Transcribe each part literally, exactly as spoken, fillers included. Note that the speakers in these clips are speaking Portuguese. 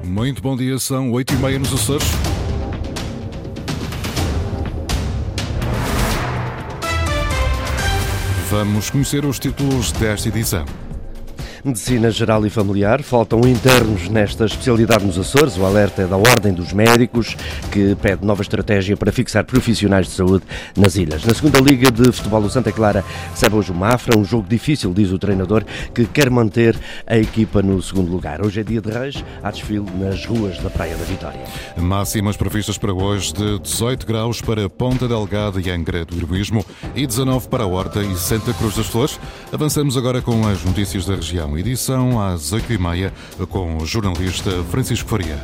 Muito bom dia, são oito e meia nos Açores. Vamos conhecer os títulos desta edição. Medicina Geral e Familiar. Faltam internos nesta especialidade nos Açores. O alerta é da Ordem dos Médicos, que pede nova estratégia para fixar profissionais de saúde nas ilhas. Na segunda Liga de Futebol, o Santa Clara recebe hoje o Mafra, um jogo difícil, diz o treinador, que quer manter a equipa no segundo lugar. Hoje é dia de Reis, há desfile nas ruas da Praia da Vitória. Máximas previstas para hoje de dezoito graus para Ponta Delgada e Angra do Heroísmo e dezanove para a Horta e Santa Cruz das Flores. Avançamos agora com as notícias da região. Edição às oito e meia com o jornalista Francisco Faria.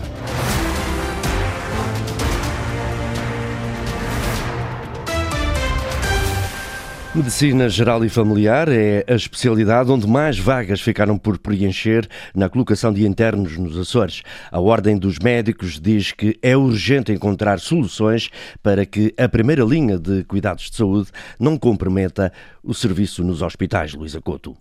Medicina Geral e Familiar é a especialidade onde mais vagas ficaram por preencher na colocação de internos nos Açores. A Ordem dos Médicos diz que é urgente encontrar soluções para que a primeira linha de cuidados de saúde não comprometa o serviço nos hospitais. Luísa Couto.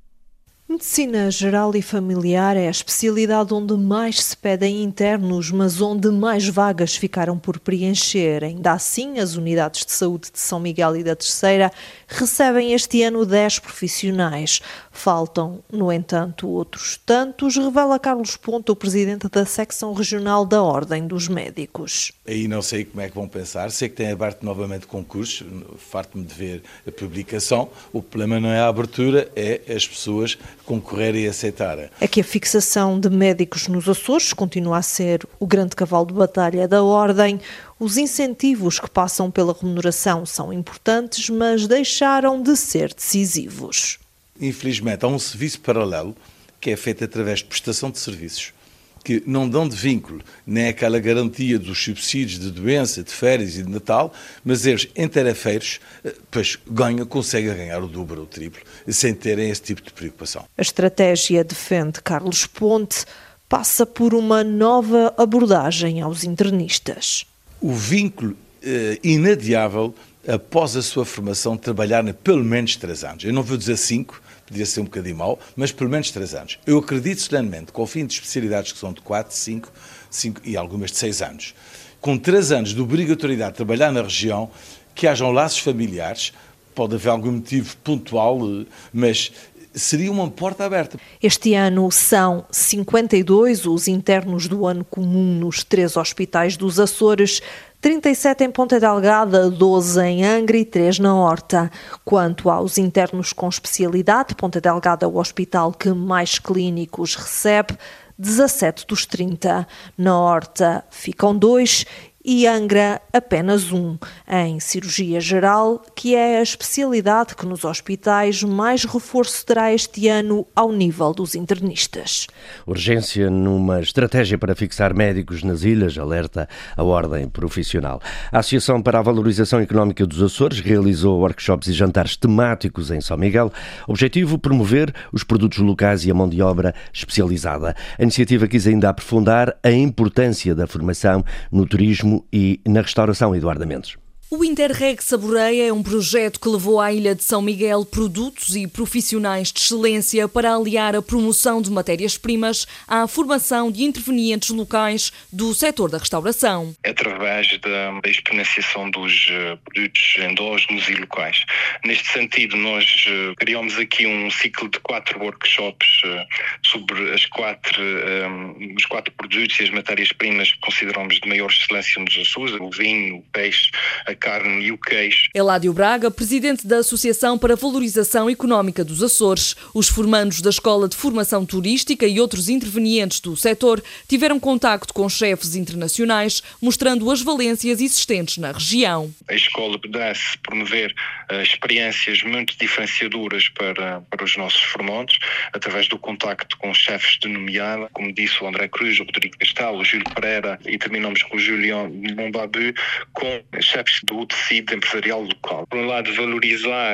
Medicina Geral e Familiar é a especialidade onde mais se pedem internos, mas onde mais vagas ficaram por preencher. Ainda assim, as unidades de saúde de São Miguel e da Terceira recebem este ano dez profissionais. Faltam, no entanto, outros tantos, revela Carlos Ponta, o presidente da secção regional da Ordem dos Médicos. Aí não sei como é que vão pensar, sei que têm aberto novamente concursos, farto-me de ver a publicação. O problema não é a abertura, é as pessoas concorrerem e aceitarem. É que a fixação de médicos nos Açores continua a ser o grande cavalo de batalha da Ordem. Os incentivos que passam pela remuneração são importantes, mas deixaram de ser decisivos. Infelizmente, há um serviço paralelo que é feito através de prestação de serviços, que não dão de vínculo nem aquela garantia dos subsídios de doença, de férias e de Natal, mas eles, em tarefeiros, pois ganham, conseguem ganhar o dobro ou o triplo, sem terem esse tipo de preocupação. A estratégia, defende Carlos Ponte, passa por uma nova abordagem aos internistas. O vínculo eh, inadiável, após a sua formação, trabalhar pelo menos três anos. Eu não vou dizer cinco, podia ser um bocadinho mau, mas pelo menos três anos. Eu acredito solenemente que ao fim de especialidades que são de quatro, cinco, cinco e algumas de seis anos, com três anos de obrigatoriedade de trabalhar na região, que hajam laços familiares, pode haver algum motivo pontual, mas seria uma porta aberta. Este ano são cinquenta e dois os internos do ano comum nos três hospitais dos Açores, trinta e sete em Ponta Delgada, doze em Angra e três na Horta. Quanto aos internos com especialidade, Ponta Delgada é o hospital que mais clínicos recebe, dezassete dos trinta. Na Horta ficam dois e Angra apenas um, em cirurgia geral, que é a especialidade que nos hospitais mais reforço terá este ano ao nível dos internistas. Urgência numa estratégia para fixar médicos nas ilhas, alerta a Ordem Profissional. A Associação para a Valorização Económica dos Açores realizou workshops e jantares temáticos em São Miguel. Objetivo, promover os produtos locais e a mão de obra especializada. A iniciativa quis ainda aprofundar a importância da formação no turismo e na restauração. Eduardo Mendes. O Interreg Saboreia é um projeto que levou à Ilha de São Miguel produtos e profissionais de excelência para aliar a promoção de matérias-primas à formação de intervenientes locais do setor da restauração. Através da, da exponenciação dos uh, produtos endógenos e locais. Neste sentido, nós uh, criamos aqui um ciclo de quatro workshops uh, sobre as quatro, um, os quatro produtos e as matérias-primas que consideramos de maior excelência nos Açores: o vinho, o peixe, a carne e o queijo. Eládio Braga, presidente da Associação para a Valorização Económica dos Açores. Os formandos da Escola de Formação Turística e outros intervenientes do setor tiveram contacto com chefes internacionais, mostrando as valências existentes na região. A escola pudesse promover uh, experiências muito diferenciadoras para, para os nossos formandos, através do contacto com chefes de nomeada, como disse o André Cruz, o Rodrigo Castelo, o Júlio Pereira, e terminamos com o Julião Mombabu, com chefes do tecido empresarial local. Por um lado, valorizar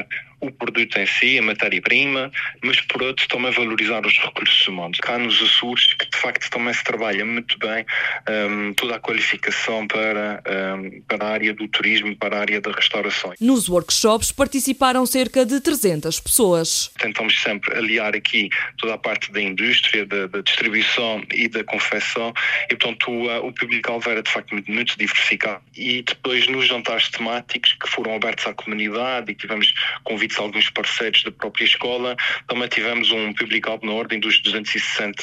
o produto em si, a matéria-prima, mas por outro também valorizar os recursos humanos. Cá nos Açores, que de facto também se trabalha muito bem um, toda a qualificação para, um, para a área do turismo, para a área da restauração. Nos workshops participaram cerca de trezentas pessoas. Tentamos sempre aliar aqui toda a parte da indústria, da, da distribuição e da confecção, e portanto o, o público-alvo era de facto muito, muito diversificado. E depois nos jantares temáticos que foram abertos à comunidade e tivemos convites a alguns parceiros da própria escola, também tivemos um público-alvo na ordem dos duzentos e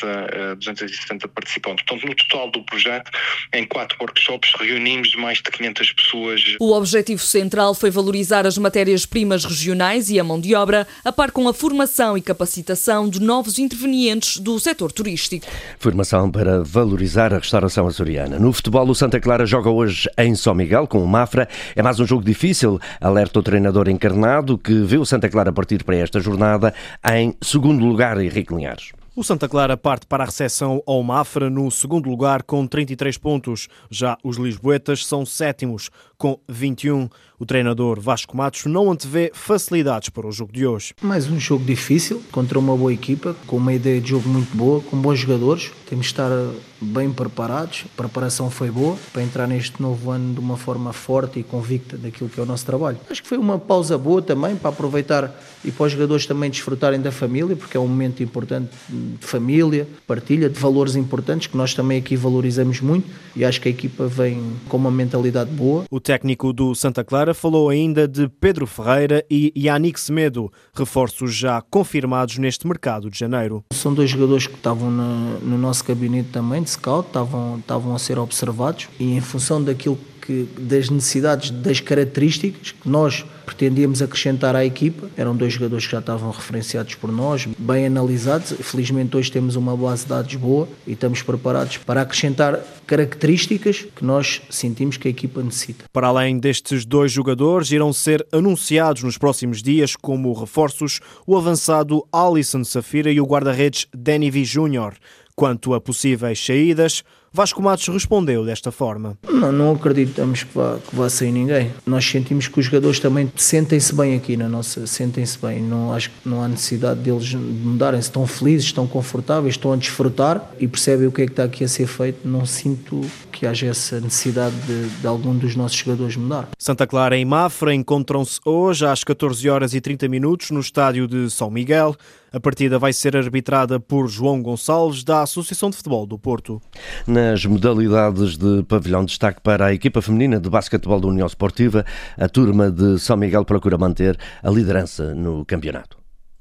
sessenta participantes. Portanto, no total do projeto, em quatro workshops, reunimos mais de quinhentas pessoas. O objetivo central foi valorizar as matérias-primas regionais e a mão de obra, a par com a formação e capacitação de novos intervenientes do setor turístico. Formação para valorizar a restauração açoriana. No futebol, o Santa Clara joga hoje em São Miguel com o Mafra. É mais um jogo difícil, alerta o treinador encarnado, que vê o Santa Clara partir para esta jornada em segundo lugar, Henrique Linhares. O Santa Clara parte para a recepção ao Mafra no segundo lugar com trinta e três pontos. Já os lisboetas são sétimos com vinte e um. O treinador Vasco Matos não antevê facilidades para o jogo de hoje. Mais um jogo difícil contra uma boa equipa, com uma ideia de jogo muito boa, com bons jogadores. Temos de estar bem preparados. A preparação foi boa para entrar neste novo ano de uma forma forte e convicta daquilo que é o nosso trabalho. Acho que foi uma pausa boa também para aproveitar e para os jogadores também desfrutarem da família, porque é um momento importante de família, partilha, de valores importantes que nós também aqui valorizamos muito, e acho que a equipa vem com uma mentalidade boa. O técnico do Santa Clara falou ainda de Pedro Ferreira e Yannick Semedo, reforços já confirmados neste mercado de janeiro. São dois jogadores que estavam no, no nosso gabinete também de scout, estavam, estavam a ser observados, e em função daquilo que, das necessidades, das características que nós pretendíamos acrescentar à equipa, eram dois jogadores que já estavam referenciados por nós, bem analisados. Felizmente hoje temos uma base de dados boa e estamos preparados para acrescentar características que nós sentimos que a equipa necessita. Para além destes dois jogadores, irão ser anunciados nos próximos dias como reforços o avançado Alisson Safira e o guarda-redes Danny V. Júnior. Quanto a possíveis saídas, Vasco Matos respondeu desta forma. Não, não acreditamos que vá, que vá sair ninguém. Nós sentimos que os jogadores também sentem-se bem aqui na nossa, sentem-se bem. Não, acho que não há necessidade deles de mudarem. Estão felizes, estão confortáveis, estão a desfrutar e percebem o que é que está aqui a ser feito. Não sinto que haja essa necessidade de, de algum dos nossos jogadores mudar. Santa Clara e Mafra encontram-se hoje às catorze horas e trinta minutos no estádio de São Miguel. A partida vai ser arbitrada por João Gonçalves, da Associação de Futebol do Porto. Nas modalidades de pavilhão, destaque para a equipa feminina de basquetebol da União Esportiva. A turma de São Miguel procura manter a liderança no campeonato.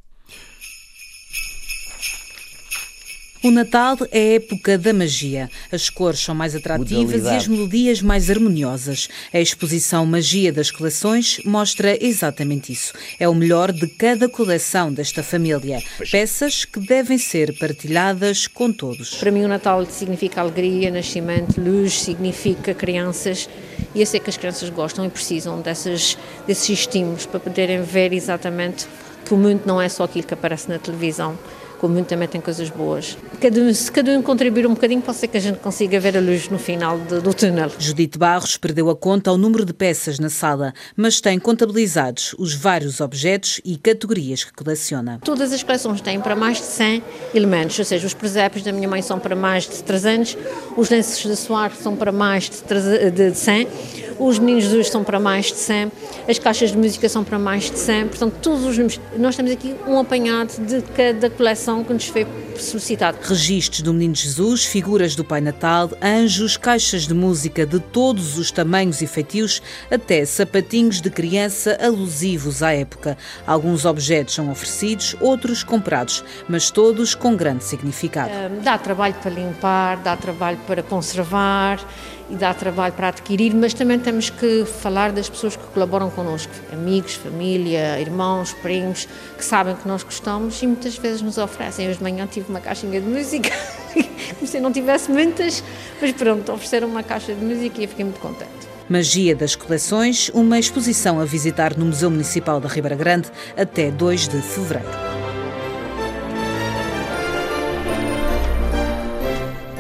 O Natal é a época da magia. As cores são mais atrativas e as melodias mais harmoniosas. A exposição Magia das Coleções mostra exatamente isso. É o melhor de cada coleção desta família. Peças que devem ser partilhadas com todos. Para mim o Natal significa alegria, nascimento, luz, significa crianças. E eu sei que as crianças gostam e precisam dessas, desses estímulos para poderem ver exatamente que o mundo não é só aquilo que aparece na televisão. O mundo também tem coisas boas. Cada um, se cada um contribuir um bocadinho, pode ser que a gente consiga ver a luz no final de, do túnel. Judite Barros perdeu a conta ao número de peças na sala, mas tem contabilizados os vários objetos e categorias que coleciona. Todas as coleções têm para mais de cem elementos, ou seja, os presépios da minha mãe são para mais de trezentos, os lenços de suar são para mais de cem, os meninos de hoje são para mais de cem, as caixas de música são para mais de cem, portanto, todos os números. Nós temos aqui um apanhado de cada coleção que nos foi solicitado. Registros do Menino Jesus, figuras do Pai Natal, anjos, caixas de música de todos os tamanhos e feitios, até sapatinhos de criança alusivos à época. Alguns objetos são oferecidos, outros comprados, mas todos com grande significado. Um, dá trabalho para limpar, dá trabalho para conservar e dá trabalho para adquirir, mas também temos que falar das pessoas que colaboram connosco, amigos, família, irmãos, primos, que sabem que nós gostamos e muitas vezes nos oferecem. Hoje de manhã tive uma caixinha de música, como se eu não tivesse muitas, mas pronto, ofereceram uma caixa de música e eu fiquei muito contente. Magia das Coleções, uma exposição a visitar no Museu Municipal da Ribeira Grande até dois de fevereiro.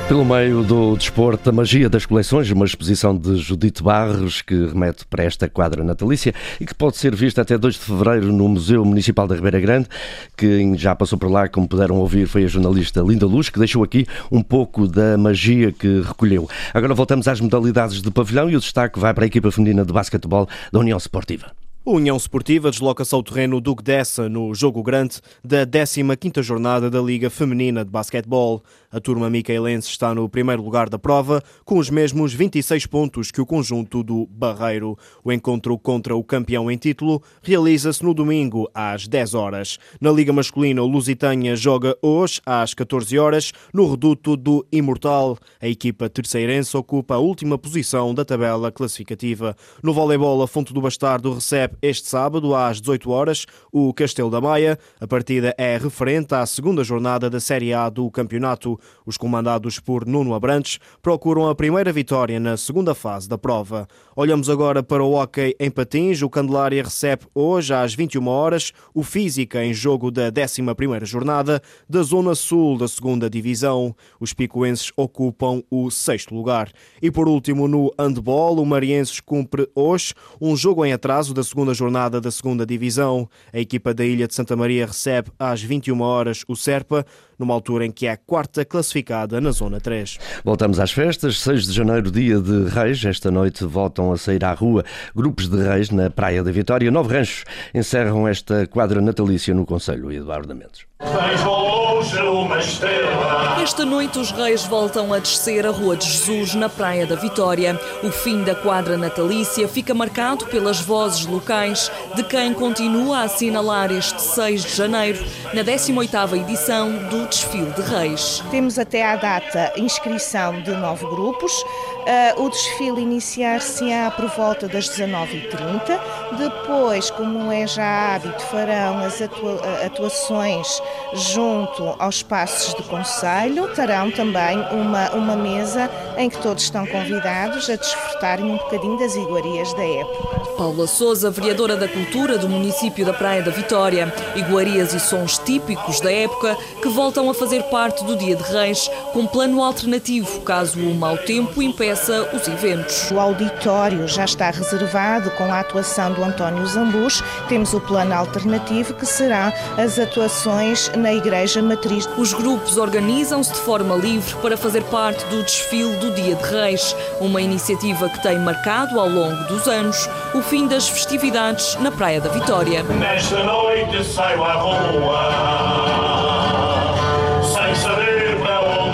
Pelo meio do desporto, a magia das coleções, uma exposição de Judite Barros que remete para esta quadra natalícia e que pode ser vista até dois de fevereiro no Museu Municipal da Ribeira Grande. Quem já passou por lá, como puderam ouvir, foi a jornalista Linda Luz, que deixou aqui um pouco da magia que recolheu. Agora voltamos às modalidades de pavilhão e o destaque vai para a equipa feminina de basquetebol da União Sportiva. A União Sportiva desloca-se ao terreno Duque Dessa no jogo grande da décima quinta jornada da Liga Feminina de Basquetebol. A turma micaelense está no primeiro lugar da prova, com os mesmos vinte e seis pontos que o conjunto do Barreiro. O encontro contra o campeão em título realiza-se no domingo, às dez horas. Na Liga Masculina, o Lusitânia joga hoje, às catorze horas, no reduto do Imortal. A equipa terceirense ocupa a última posição da tabela classificativa. No voleibol, a Fonte do Bastardo recebe este sábado, às dezoito horas, o Castelo da Maia. A partida é referente à segunda jornada da Série A do campeonato. Os comandados por Nuno Abrantes procuram a primeira vitória na segunda fase da prova. Olhamos agora para o hóquei em patins. O Candelária recebe hoje, às vinte e uma horas, o Física em jogo da décima primeira jornada da Zona Sul da segunda Divisão. Os picoenses ocupam o sexto lugar. E por último, no handball, o Marienses cumpre hoje um jogo em atraso da segunda jornada da segunda Divisão. A equipa da Ilha de Santa Maria recebe às vinte e uma horas o Serpa, numa altura em que é a quarta classificada na Zona três. Voltamos às festas. seis de janeiro, dia de Reis. Esta noite voltam a sair à rua grupos de reis na Praia da Vitória. Nove ranchos encerram esta quadra natalícia no concelho. Eduardo Mendes. Esta noite os reis voltam a descer a Rua de Jesus na Praia da Vitória. O fim da quadra natalícia fica marcado pelas vozes locais de quem continua a assinalar este seis de janeiro na décima oitava edição do Desfile de Reis. Temos até à data inscrição de nove grupos. Uh, o desfile iniciar-se-á por volta das dezanove e trinta. Depois, como é já hábito, farão as atua- atuações junto aos espaços de concelho. Terão também uma, uma mesa em que todos estão convidados a desfrutarem um bocadinho das iguarias da época. Paula Sousa, vereadora da Cultura do município da Praia da Vitória. Iguarias e sons típicos da época que voltam a fazer parte do Dia de Reis, com plano alternativo, caso o mau tempo impeça os eventos. O auditório já está reservado com a atuação do António Zambus. Temos o plano alternativo, que será as atuações na Igreja Matriz. Os grupos organizam-se de forma livre para fazer parte do desfile do Dia de Reis, uma iniciativa que tem marcado ao longo dos anos o fim das festividades na Praia da Vitória. Nesta noite saio à rua, sem saber para onde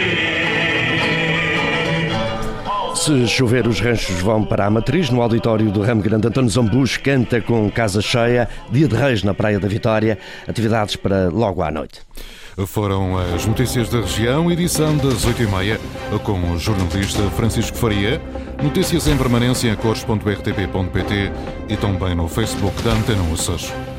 ir. Se chover, os ranchos vão para a Matriz. No auditório do Ramo Grande, António Zambus canta com casa cheia. Dia de Reis na Praia da Vitória. Atividades para logo à noite. Foram as notícias da região, edição das oito e meia, com o jornalista Francisco Faria. Notícias em permanência em cores ponto r t p ponto p t e também no Facebook da Antena Açores.